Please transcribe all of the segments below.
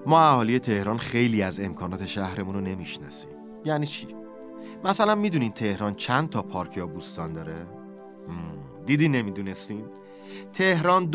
ما اهالی تهران خیلی از امکانات شهرمون رو نمیشناسیم. یعنی چی؟ مثلا میدونین تهران چند تا پارک یا بوستان داره؟ دیدی نمیدونستین؟ تهران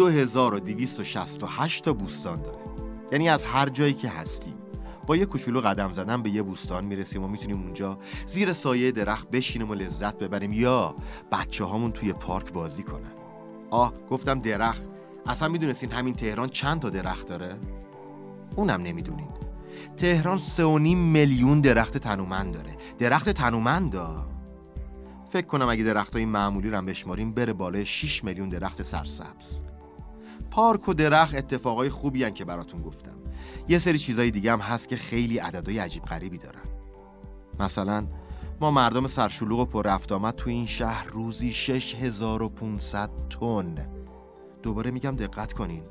2268 تا بوستان داره. یعنی از هر جایی که هستیم با یه کوچولو قدم زدن به یه بوستان میرسیم و میتونیم اونجا زیر سایه درخت بشینیم و لذت ببریم یا بچه هامون توی پارک بازی کنن. گفتم درخت. اصلا میدونستین همین تهران چند تا درخت داره؟ اونم نمیدونین. تهران 3.5 میلیون درخت تنومند داره. درخت تنومندا. فکر کنم اگه درختای معمولی رو هم بشماریم بره بالای 6 میلیون درخت سرسبز. پارک و درخت اتفاقای خوبی هن که براتون گفتم. یه سری چیزای دیگه هم هست که خیلی عددهای عجیب غریبی دارن. مثلا ما مردم سرشلوغ و پر رفت آمد تو این شهر روزی 6500 تن، دوباره میگم دقت کنین،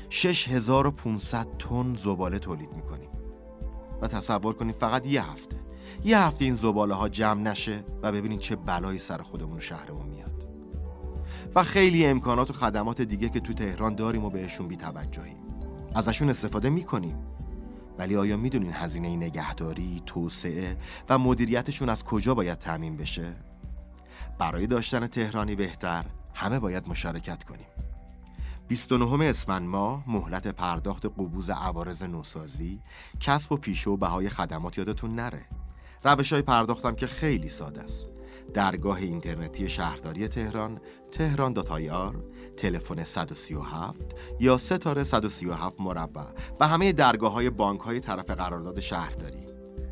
6500 تن زباله تولید میکنیم. و تصور کنین فقط یه هفته این زباله ها جمع نشه و ببینین چه بلایی سر خودمون و شهرمون میاد. و خیلی امکانات و خدمات دیگه که تو تهران داریم و بهشون بی توجهیم. ازشون استفاده میکنیم، ولی آیا میدونین هزینه نگهداری، توسعه و مدیریتشون از کجا باید تامین بشه؟ برای داشتن تهرانی بهتر همه باید مشارکت کنیم. 29 اسفند ماه مهلت پرداخت قبوز عوارض نوسازی، کسب و پیشه و بهای خدمات یادتون نره. روش‌های پرداختم که خیلی ساده است. درگاه اینترنتی شهرداری تهران، tehran.ir، تلفن 137 یا ستاره 137 مربع و همه درگاه‌های بانک‌های طرف قرارداد شهرداری.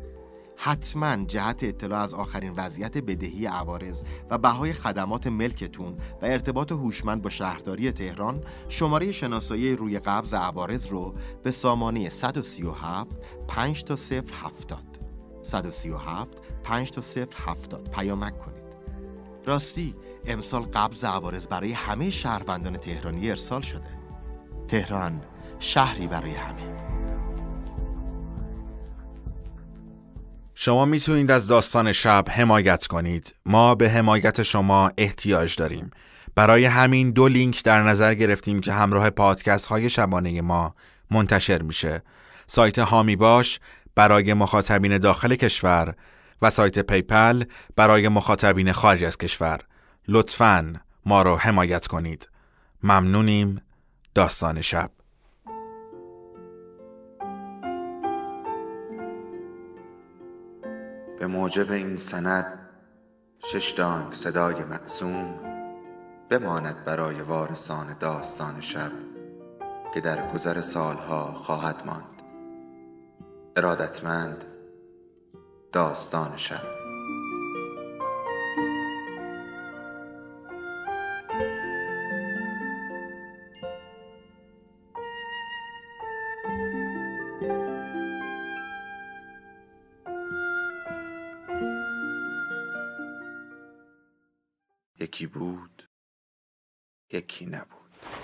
حتما جهت اطلاع از آخرین وضعیت بدهی عوارض و بهای خدمات ملکتون و ارتباط هوشمند با شهرداری تهران شماره شناسایی روی قبض عوارض رو به سامانه 137 5 تا 070 137 5 تا 070 پیامک کنید. راستی امسال قبض عوارض برای همه شهروندان تهرانی ارسال شده. تهران شهری برای همه. شما میتونید از داستان شب حمایت کنید. ما به حمایت شما احتیاج داریم. برای همین 2 لینک در نظر گرفتیم که همراه پادکست های شبانه ما منتشر میشه. سایت هامی باش برای مخاطبین داخل کشور و سایت پیپل برای مخاطبین خارج از کشور. لطفاً ما رو حمایت کنید. ممنونیم. داستان شب. به موجب این سند 6 دانگ صدای معصوم بماند برای وارثان داستان شب که در گذر سالها خواهد ماند. ارادتمند داستان شب. یکی بود، یکی نبود.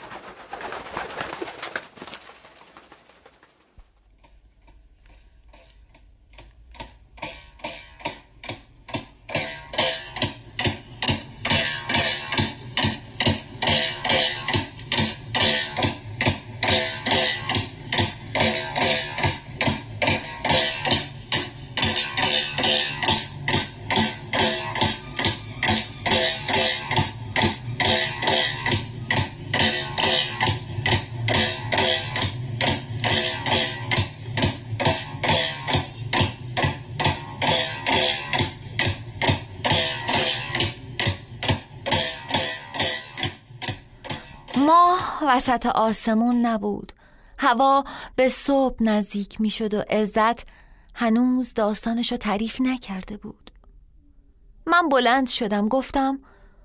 ماه وسط آسمون نبود. هوا به صبح نزدیک می شد و عزت هنوز داستانشو تعریف نکرده بود. من بلند شدم گفتم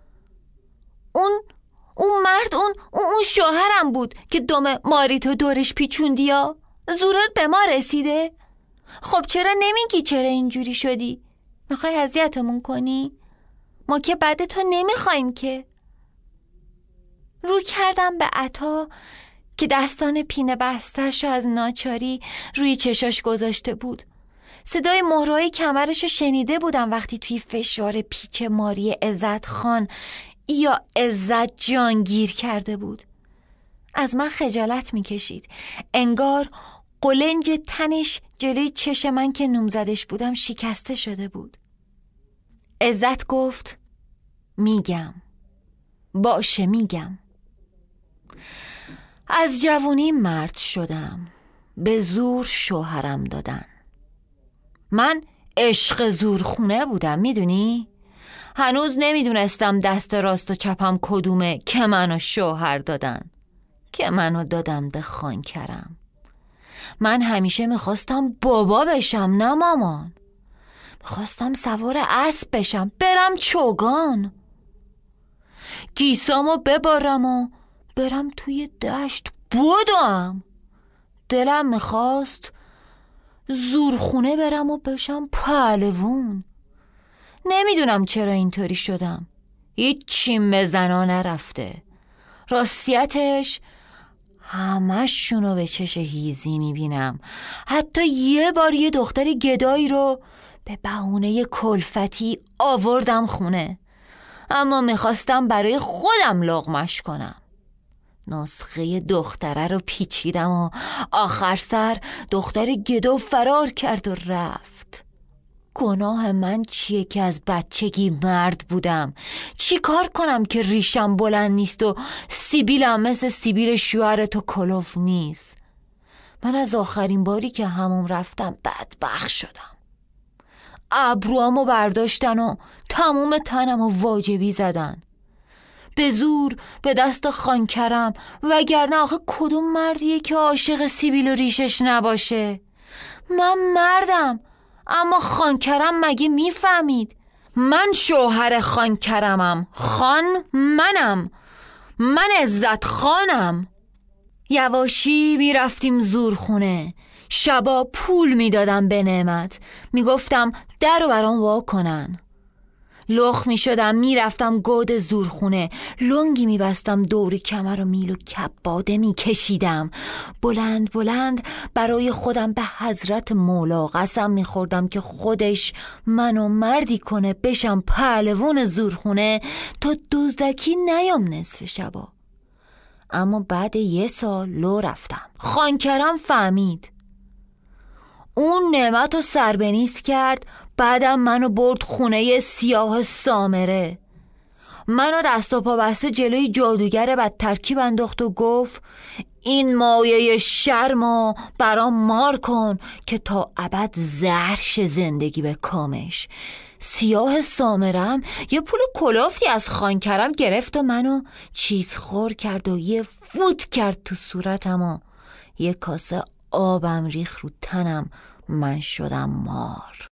اون مرد اون شوهرم بود که دم ماریتو دورش پیچوندی یا زورت به ما رسیده؟ خب چرا نمیگی چرا اینجوری شدی؟ میخوای اذیتمون کنی؟ ما که بعد تو نمیخوایم که. رو کردم به عطا که دستان پینه بستش از ناچاری روی چشاش گذاشته بود. صدای مهرهای کمرشو شنیده بودم وقتی توی فشار پیچ ماری عزت خان یا عزت جان گیر کرده بود. از من خجالت میکشید. انگار قلنج تنش جلوی چشم من که نومزدش بودم شکسته شده بود. عزت گفت میگم. باشه میگم. از جوونی مرد شدم، به زور شوهرم دادن. من عشق زورخونه بودم، میدونی؟ هنوز نمیدونستم دست راست و چپم کدومه که منو شوهر دادن، که منو دادن به خانکرم. من همیشه میخواستم بابا بشم نه مامان. میخواستم سوار اسب بشم، برم چوگان، گیسامو ببارم و برم توی دشت بدوم. دلم میخواست زورخونه برم و بشم پهلوون. نمیدونم چرا اینطوری شدم. هیچیم به زنا نرفته. راستیتش همشونو به چش هیزی میبینم. حتی یه بار یه دختر گدایی رو به بهونه کلفتی آوردم خونه، اما میخواستم برای خودم لقمش کنم. نسخه دختره رو پیچیدم و آخر سر دختر گدو فرار کرد و رفت. گناه من چیه که از بچگی مرد بودم؟ چی کار کنم که ریشم بلند نیست و سیبیلم مثل سیبیل شوهرت و کلوف نیست؟ من از آخرین باری که حموم رفتم بدبخت شدم. ابروامو برداشتن و تموم تنمو واجبی زدن، به زور به دست خانکرم. وگرنه آخه کدوم مردیه که عاشق سیبیل و ریشش نباشه؟ من مردم، اما خانکرم مگه میفهمید؟ من شوهر خانکرمم. خان منم، من عزت خانم. یواشی میرفتیم زورخونه. شبا پول میدادم به نعمت، میگفتم در رو برام وا کنن. لخ میشدم میرفتم گود زورخونه، لنگی میبستم دوری کمر و میل و کباده میکشیدم. بلند بلند برای خودم به حضرت مولا قسم میخوردم که خودش منو مردی کنه بشم پهلوان زورخونه تا دزدکی نیام نصف شبا. اما بعد 1 سال لو رفتم. خانکرم فهمید. اون نعمت رو سربنیز کرد. بعدم منو برد خونه سیاه سامره. منو دست و پا بسته جلوی جادوگر بد ترکیب انداخت و گفت این مایه شرمو برام مار کن که تا ابد زهر شه زندگی به کامش. سیاه سامرم یه پول کلافتی از خانکرم گرفت و منو چیز خور کرد و یه فوت کرد تو صورتم و یه کاسه آبم ریخ رو تنم. من شدم مار.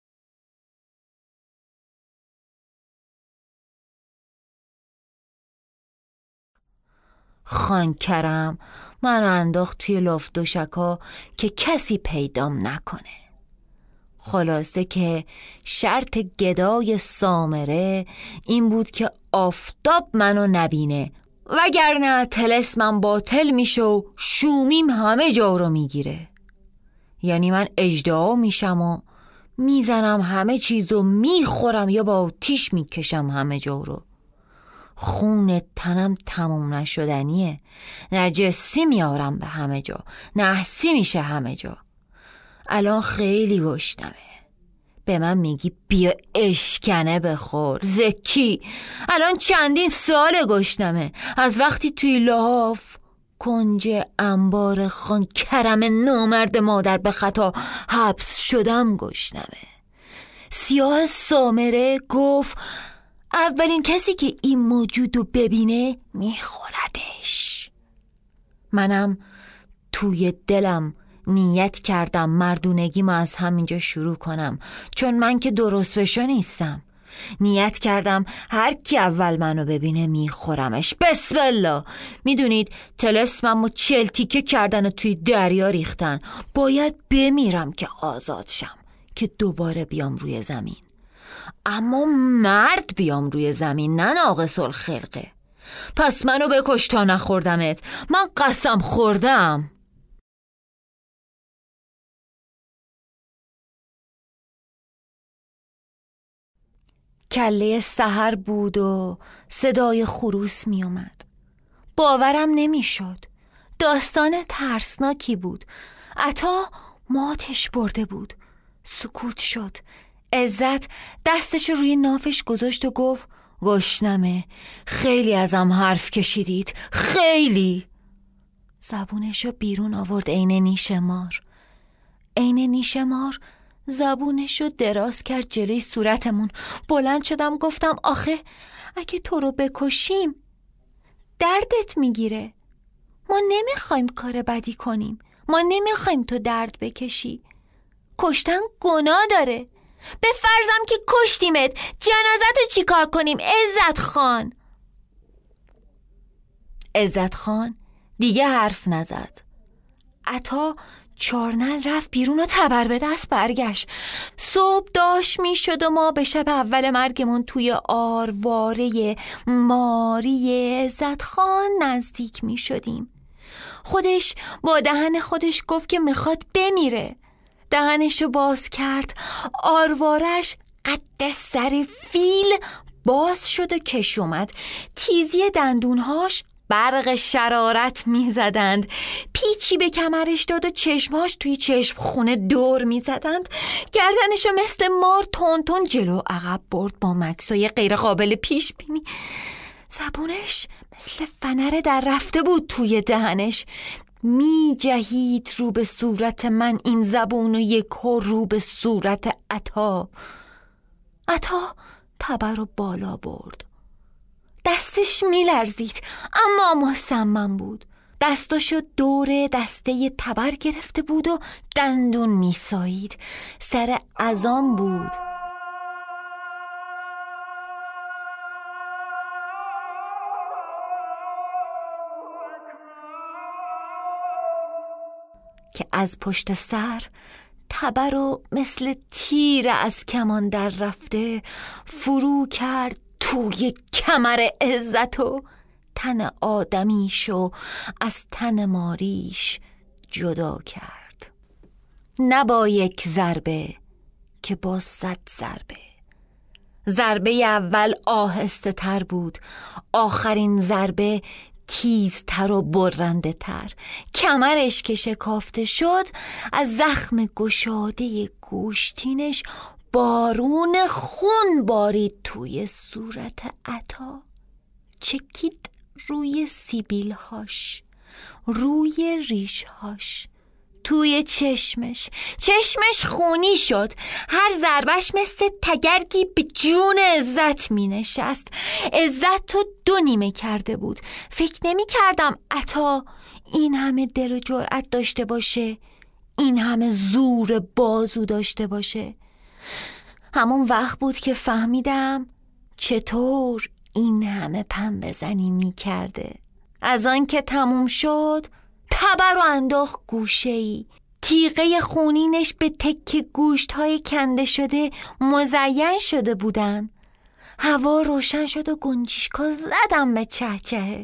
خانکرم منو انداخت توی لفت دوشکا که کسی پیدام نکنه. خلاصه که شرط گدای سامره این بود که آفتاب منو نبینه، وگرنه طلسمم باطل میشه و شومیم همه جا رو میگیره. یعنی من اژدها میشم و میزنم همه چیزو، میخورم یا با آتیش میکشم همه جا رو. خون تنم تموم نشدنیه. نه جسی میارم به همه جا، نه حسی میشه همه جا. الان خیلی گشنمه. به من میگی بیا اشکنه بخور زکی. الان چندین سال گشنمه، از وقتی توی لحاف کنج انبار خانکرم نامرد مادر به خطا حبس شدم گشنمه. سیاه سامره گفت اولین کسی که این موجود رو ببینه میخوردش. منم توی دلم نیت کردم مردونگیمو از همینجا شروع کنم، چون من که درست بشو نیستم. نیت کردم هر کی اول منو ببینه میخورمش. بسم الله. میدونید طلسممو 40 تیکه کردن و توی دریا ریختن. باید بمیرم که آزاد شم، که دوباره بیام روی زمین. اما مرد بیام روی زمین، نه ناقص الخلقه. پس منو بکش تا نخوردمت. من قسم خوردم. کله سحر بود و صدای خروس می اومد. باورم نمی شد. داستان ترسناکی بود. عطا ماتش برده بود. سکوت شد. عزت دستش روی نافش گذاشت و گفت گشنمه، خیلی ازم حرف کشیدید، خیلی. زبونشو بیرون آورد عین نیش مار. عین نیش مار زبونشو دراز کرد جلوی صورتمون. بلند شدم گفتم آخه اگه تو رو بکشیم دردت میگیره. ما نمیخوایم کار بدی کنیم، ما نمیخوایم تو درد بکشی. کشتن گناه داره. به فرضم که کشتیمت، جنازتو چی کار کنیم عزت خان؟ عزت خان دیگه حرف نزد. عطا چارنل رفت بیرون و تبر به دست برگشت. صبح داشت می شد و ما به شب اول مرگمون توی آرواره ماری عزت خان نزدیک می شدیم. خودش با دهن خودش گفت که میخواد بمیره. دهنشو باز کرد. آروارش قد سر فیل باز شد و کش اومد. تیزی دندونهاش برق شرارت می زدند. پیچی به کمرش داد و چشمهاش توی چشم خونه دور می زدند. گردنشو مثل مار تون تون جلو عقب برد با مکثای غیر قابل پیش بینی. زبونش مثل فنر در رفته بود توی دهنش. می جهید رو به صورت من این زبون و یک رو به صورت عطا. عطا تبر رو بالا برد. دستش می لرزید اما مصمم بود. دستاشو دور دسته تبر گرفته بود و دندون می سایید. سر عظام بود. که از پشت سر تبر رو مثل تیر از کمان در رفته فرو کرد توی کمر عزت و تن آدمیشو از تن ماریش جدا کرد. نه با یک ضربه که با 100 ضربه. ضربه اول آهسته تر بود، آخرین ضربه تیزتر و برنده تر. کمرش که شکافته شد از زخم گشاده گوشتینش بارون خون بارید توی صورت عطا. چکید روی سیبیلهاش، روی ریشهاش، توی چشمش خونی شد. هر ضربش مثل تگرگی به جون عزت می نشست. عزت تو 2 نیمه کرده بود. فکر نمی کردم عطا این همه دل و جرأت داشته باشه، این همه زور بازو داشته باشه. همون وقت بود که فهمیدم چطور این همه پنبه زنی می کرده. از آن که تموم شد تبر و انداخت گوشه‌ای. تیغه خونینش به تکه گوشت‌های کنده شده مزین شده بودن. هوا روشن شد و گنجیشکا زدم به چهچهه.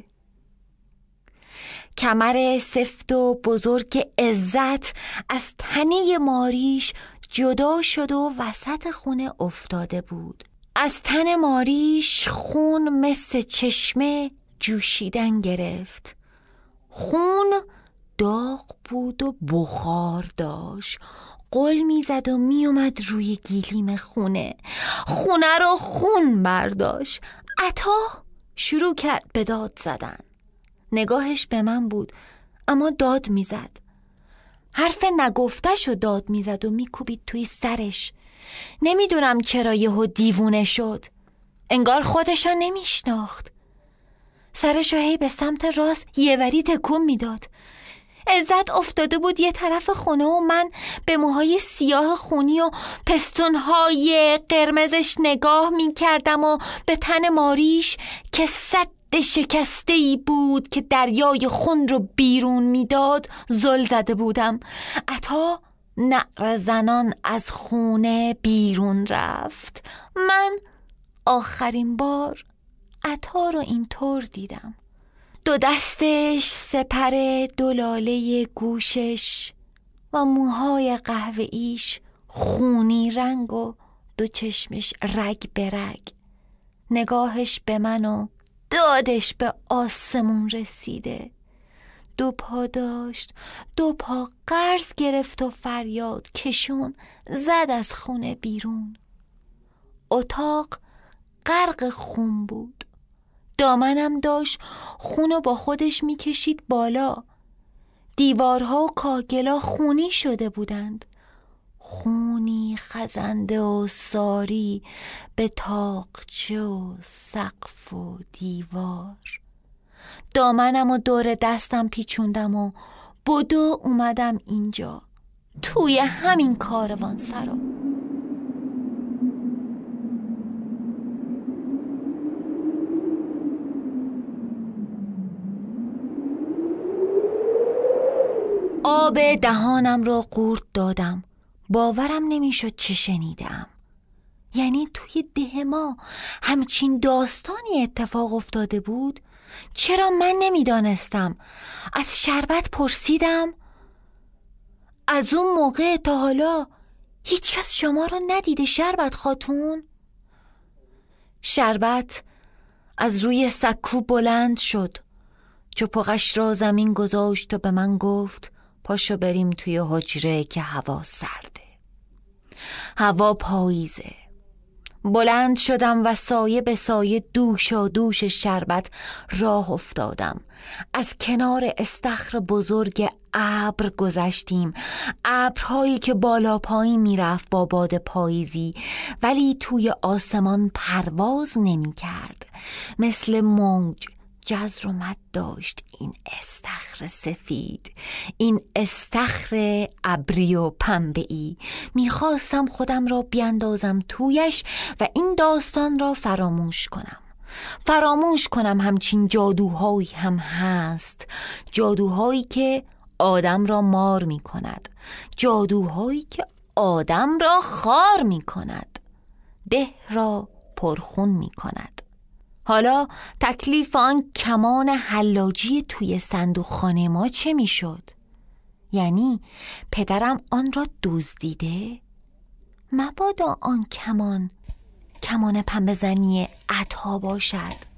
کمر سفت و بزرگ عزت از تنه ماریش جدا شد و وسط خونه افتاده بود. از تن ماریش خون مثل چشمه جوشیدن گرفت. خون داغ بود و بخار داشت. قل میزد و میومد روی گیلیم خونه رو خون برداشت. عطا شروع کرد به داد زدن. نگاهش به من بود اما داد میزد. حرف نگفته‌شو داد میزد و میکوبید توی سرش. نمیدونم چرا یهو دیوونه شد. انگار خودشو نمیشناخت. سرشو هی به سمت راست یه وری تکون میداد. عزت افتاده بود یه طرف خونه و من به موهای سیاه خونی و پستونهای قرمزش نگاه میکردم و به تن ماریش که سد شکسته‌ای بود که دریای خون رو بیرون میداد زل زده بودم. عطا نعره زنان از خونه بیرون رفت. من آخرین بار عطا رو اینطور دیدم. 2 دستش، سپر 2 لاله گوشش و موهای قهوه‌ایش خونی رنگ و 2 چشمش رگ به رگ. نگاهش به من و دادش به آسمون رسیده. 2 پا داشت، 2 پا قرض گرفت و فریاد کشون زد از خونه بیرون. اتاق غرق خون بود. دامنم داشت خونو با خودش میکشید بالا. دیوارها و کاگلا خونی شده بودند، خونی خزنده و ساری به تاقچه و سقف و دیوار. دامنم و دور دستم پیچوندم و بدو اومدم اینجا توی همین کاروان سرا. آب دهانم را قورت دادم. باورم نمیشد چه شنیدم. یعنی توی ده ما همچین داستانی اتفاق افتاده بود؟ چرا من نمیدانستم؟ از شربت پرسیدم. از اون موقع تا حالا هیچ کس شما را ندیده شربت خاتون؟ شربت از روی سکو بلند شد، چپقش را زمین گذاشت و به من گفت پاشو بریم توی حجره که هوا سرده. هوا پاییزه. بلند شدم و سایه به سایه دوشا دوش شربت راه افتادم. از کنار استخر بزرگ ابر گذشتیم، ابرهایی که بالا پایین میرفت با باد پاییزی، ولی توی آسمان پرواز نمی کرد. مثل موج جزر و مد داشت این استخر سفید، این استخر ابری و پنبه‌ای. میخواستم خودم را بیندازم تویش و این داستان را فراموش کنم همچین جادوهایی هم هست، جادوهایی که آدم را مار می کند، جادوهایی که آدم را خار می کند، ده را پرخون می کند. حالا تکلیف آن کمان حلاجی توی صندوق خانه ما چه می شد؟ یعنی پدرم آن را دزدیده؟ مبادا آن کمان پنبه زنی عطا باشد.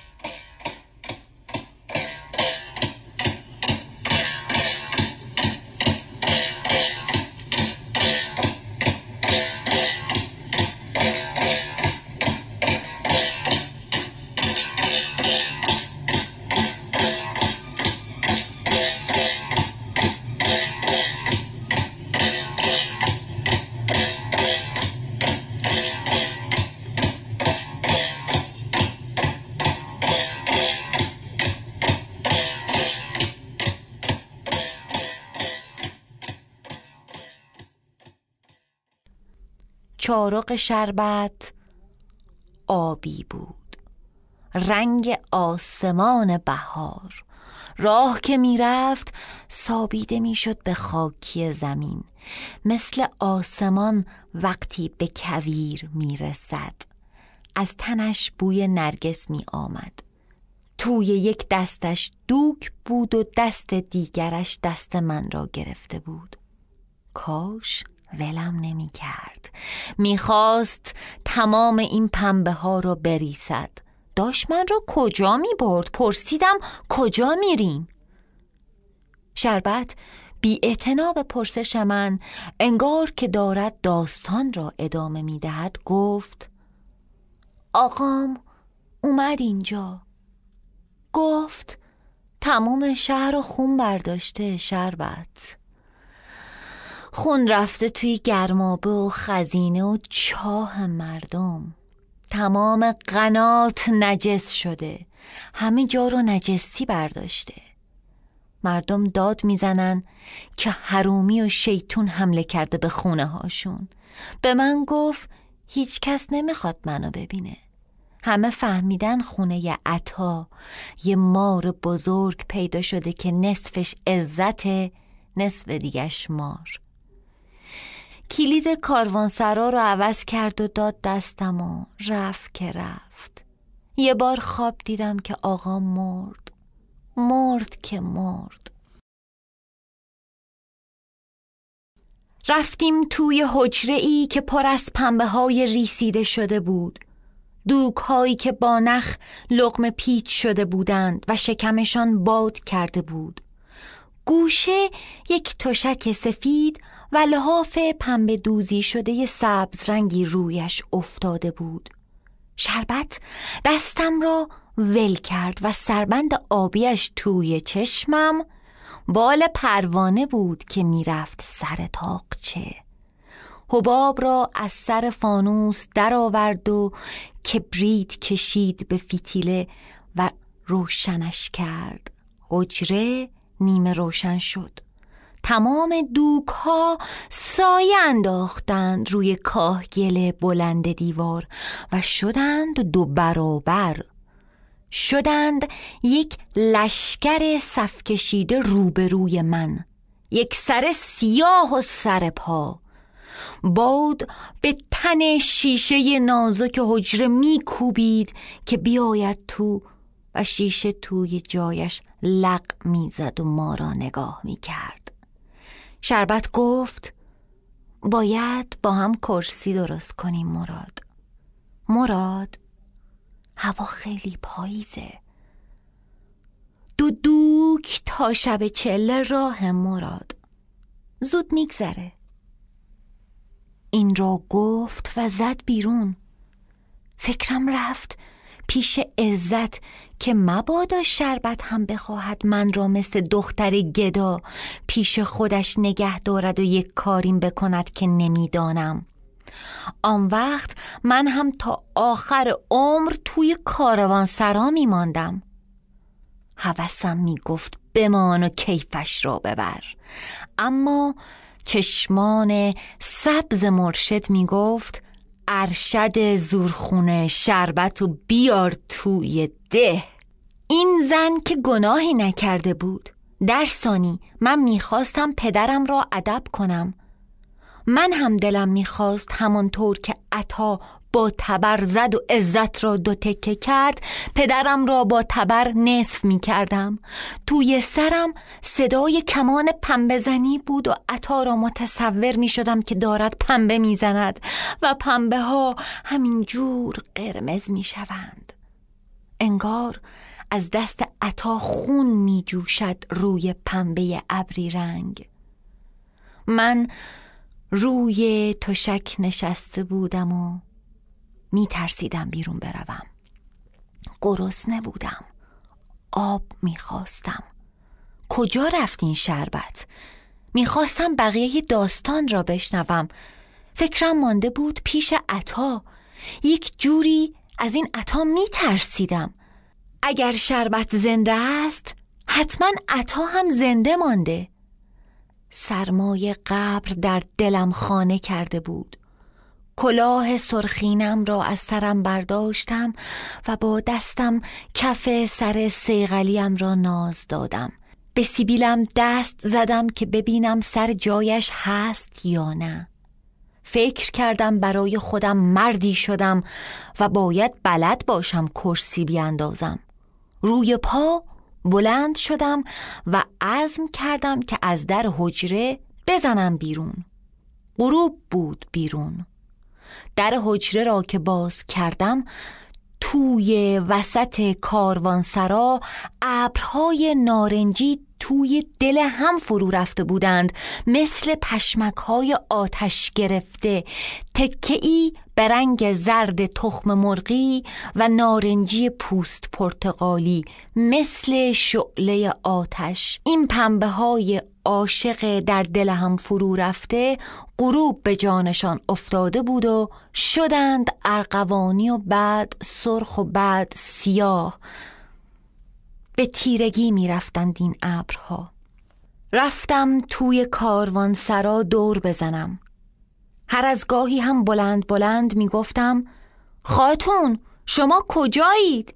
چارق شربت آبی بود، رنگ آسمان بهار. راه که می رفت سابیده می شد به خاکی زمین، مثل آسمان وقتی به کویر می رسد. از تنش بوی نرگس می آمد. توی یک دستش دوک بود و دست دیگرش دست من را گرفته بود. کاش ولم نمی کرد. می خواست تمام این پنبه ها را بریسد. داشت من را کجا می برد؟ پرسیدم کجا می ریم؟ شربت بی اعتنا به پرسش من، انگار که دارد داستان را ادامه می دهد، گفت آقام اومد اینجا. گفت تمام شهر رو خون برداشته شربت. خون رفته توی گرمابه و خزینه و چاه مردم. تمام قنات نجس شده، همه جا رو نجسی برداشته. مردم داد میزنن که حرومی و شیطون حمله کرده به خونه هاشون. به من گفت هیچ کس نمیخواد منو ببینه. همه فهمیدن خونه ی عطا یه مار بزرگ پیدا شده که نصفش عزته، نصف دیگش مار. کلید کاروانسرا رو عوض کرد و داد دستم و رفت که رفت. یه بار خواب دیدم که آقا مرد که مرد. رفتیم توی حجره‌ای که پر از پنبه‌های ریسیده شده بود، دوک‌هایی که با نخ لقمه پیچ شده بودند و شکمشان باد کرده بود. گوشه یک تشک سفید و لحاف پنبه دوزی شده سبز رنگی رویش افتاده بود. شربت دستم را ول کرد و سربند آبیش توی چشمم بال پروانه بود که میرفت سر تاقچه. حباب را از سر فانوس در آورد و کبریت کشید به فتیله و روشنش کرد. حجره نیمه روشن شد. تمام دوک ها سایه انداختند روی کاهگل بلند دیوار و شدند 2 برابر. شدند یک لشکر صف کشیده روبروی من، یک سر سیاه و سر پا. باد به تن شیشه نازک حجره میکوبید که بیاید تو و شیشه توی جایش لق میزد و ما را نگاه میکرد. شربت گفت باید با هم کرسی درست کنیم مراد هوا خیلی پاییزه. 2 دوک تا شب چله راه مراد، زود میگذره. این را گفت و زد بیرون. فکرم رفت پیش عزت که مبادا شربت هم بخواهد من را مثل دختر گدا پیش خودش نگه دارد و یک کاریم بکند که نمیدانم. آن وقت من هم تا آخر عمر توی کاروانسرا میماندم. هوسم میگفت بمان و کیفش را ببر، اما چشمان سبز مرشد میگفت ارشد زورخونه شربت و بیار توی ده. این زن که گناهی نکرده بود. در ثانی من میخواستم پدرم را ادب کنم. من هم دلم میخواست همانطور که عطا با تبر زد و عزت را 2 تکه کرد، پدرم را با تبر نصف میکردم. توی سرم صدای کمان پنبه زنی بود و عطا را متصور میشدم که دارد پنبه میزند و پنبه ها همینجور قرمز میشوند. انگار از دست عطا خون میجوشد روی پنبه ابری رنگ. من روی تشک نشسته بودم و میترسیدم بیرون بروم. گرسنه بودم. آب میخواستم. کجا رفت این شربت؟ میخواستم بقیه داستان را بشنوم. فکرم مانده بود پیش عطا. یک جوری از این عطا میترسیدم. اگر شربت زنده است، حتما عطا هم زنده مانده. سرمای قبر در دلم خانه کرده بود. کلاه سرخینم را از سرم برداشتم و با دستم کف سر صیقلیم را ناز دادم. به سیبیلم دست زدم که ببینم سر جایش هست یا نه. فکر کردم برای خودم مردی شدم و باید بلد باشم کرسی بیاندازم. روی پا بلند شدم و عزم کردم که از در حجره بزنم بیرون. غروب بود بیرون. در حجره را که باز کردم، توی وسط کاروانسرا ابرهای نارنجی توی دل هم فرو رفته بودند، مثل پشمک‌های آتش گرفته، تکه‌ای به رنگ زرد تخم مرغی و نارنجی پوست پرتقالی مثل شعله آتش. این پنبه‌های عاشق در دل هم فرو رفته غروب به جانشان افتاده بود و شدند ارغوانی و بعد سرخ و بعد سیاه. به تیرگی می رفتند این ابرها. رفتم توی کاروانسرا دور بزنم. هر از گاهی هم بلند بلند می گفتم خاتون شما کجایید؟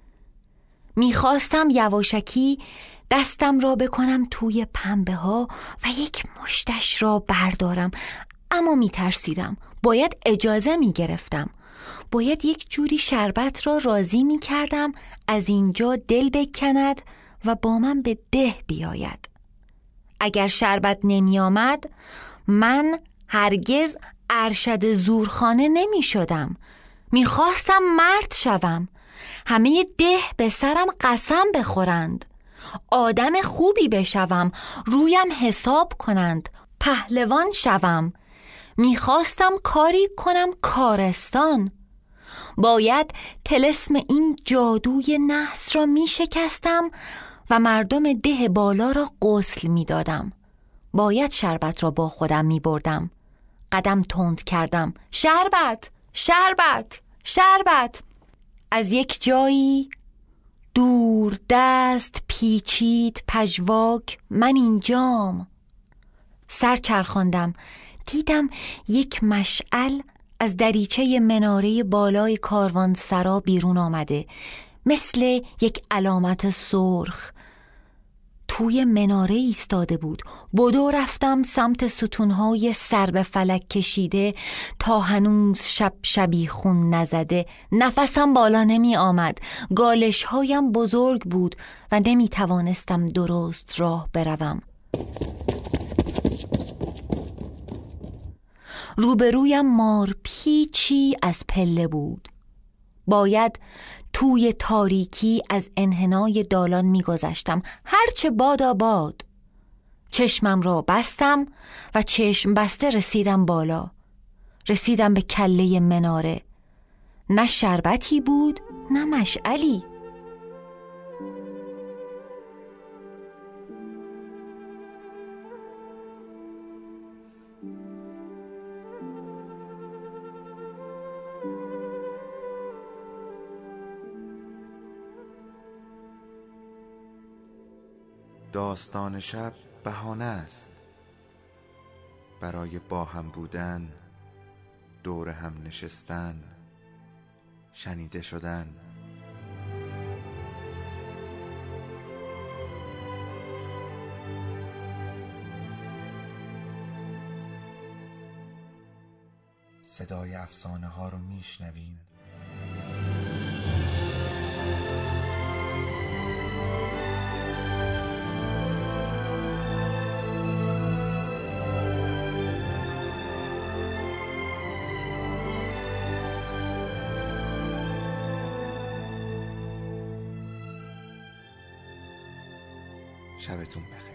می خواستم یواشکی دستم را بکنم توی پنبه ها و یک مشتش را بردارم، اما می ترسیدم. باید اجازه می گرفتم. باید یک جوری شربت را راضی می کردم از اینجا دل بکند و با من به ده بیاید. اگر شربت نمی آمد، من هرگز ارشد زورخانه نمی شدم. می خواستم مرد شوم. همه ده به سرم قسم بخورند. آدم خوبی بشوم، رویم حساب کنند، پهلوان شوم. میخواستم کاری کنم کارستان، باید طلسم این جادوی نحس را میشکستم و مردم ده بالا را غسل میدادم. باید شربت را با خودم میبردم. قدم تند کردم. شربت، شربت، شربت. از یک جایی دور دست پیچید پژواک، من اینجام. سر چرخاندم، دیدم یک مشعل از دریچه مناره بالای کاروانسرا بیرون آمده، مثل یک علامت سرخ توی مناره ایستاده بود. بدو رفتم سمت ستونهای سر به فلک کشیده تا هنوز شب شبیخون نزده. نفسم بالا نمی آمد، گالشهایم بزرگ بود و نمی توانستم درست راه بروم. روبرویم مار پیچی از پله بود. باید توی تاریکی از انحنای دالان می‌گذشتم، هرچه بادا باد. چشمم را بستم و چشم بسته رسیدم بالا. رسیدم به کله مناره. نه شربتی بود نه مشعلی. داستان شب بهانه است برای با هم بودن، دور هم نشستن، شنیده شدن. صدای افسانه ها رو میشنویم. شبتون بخیر.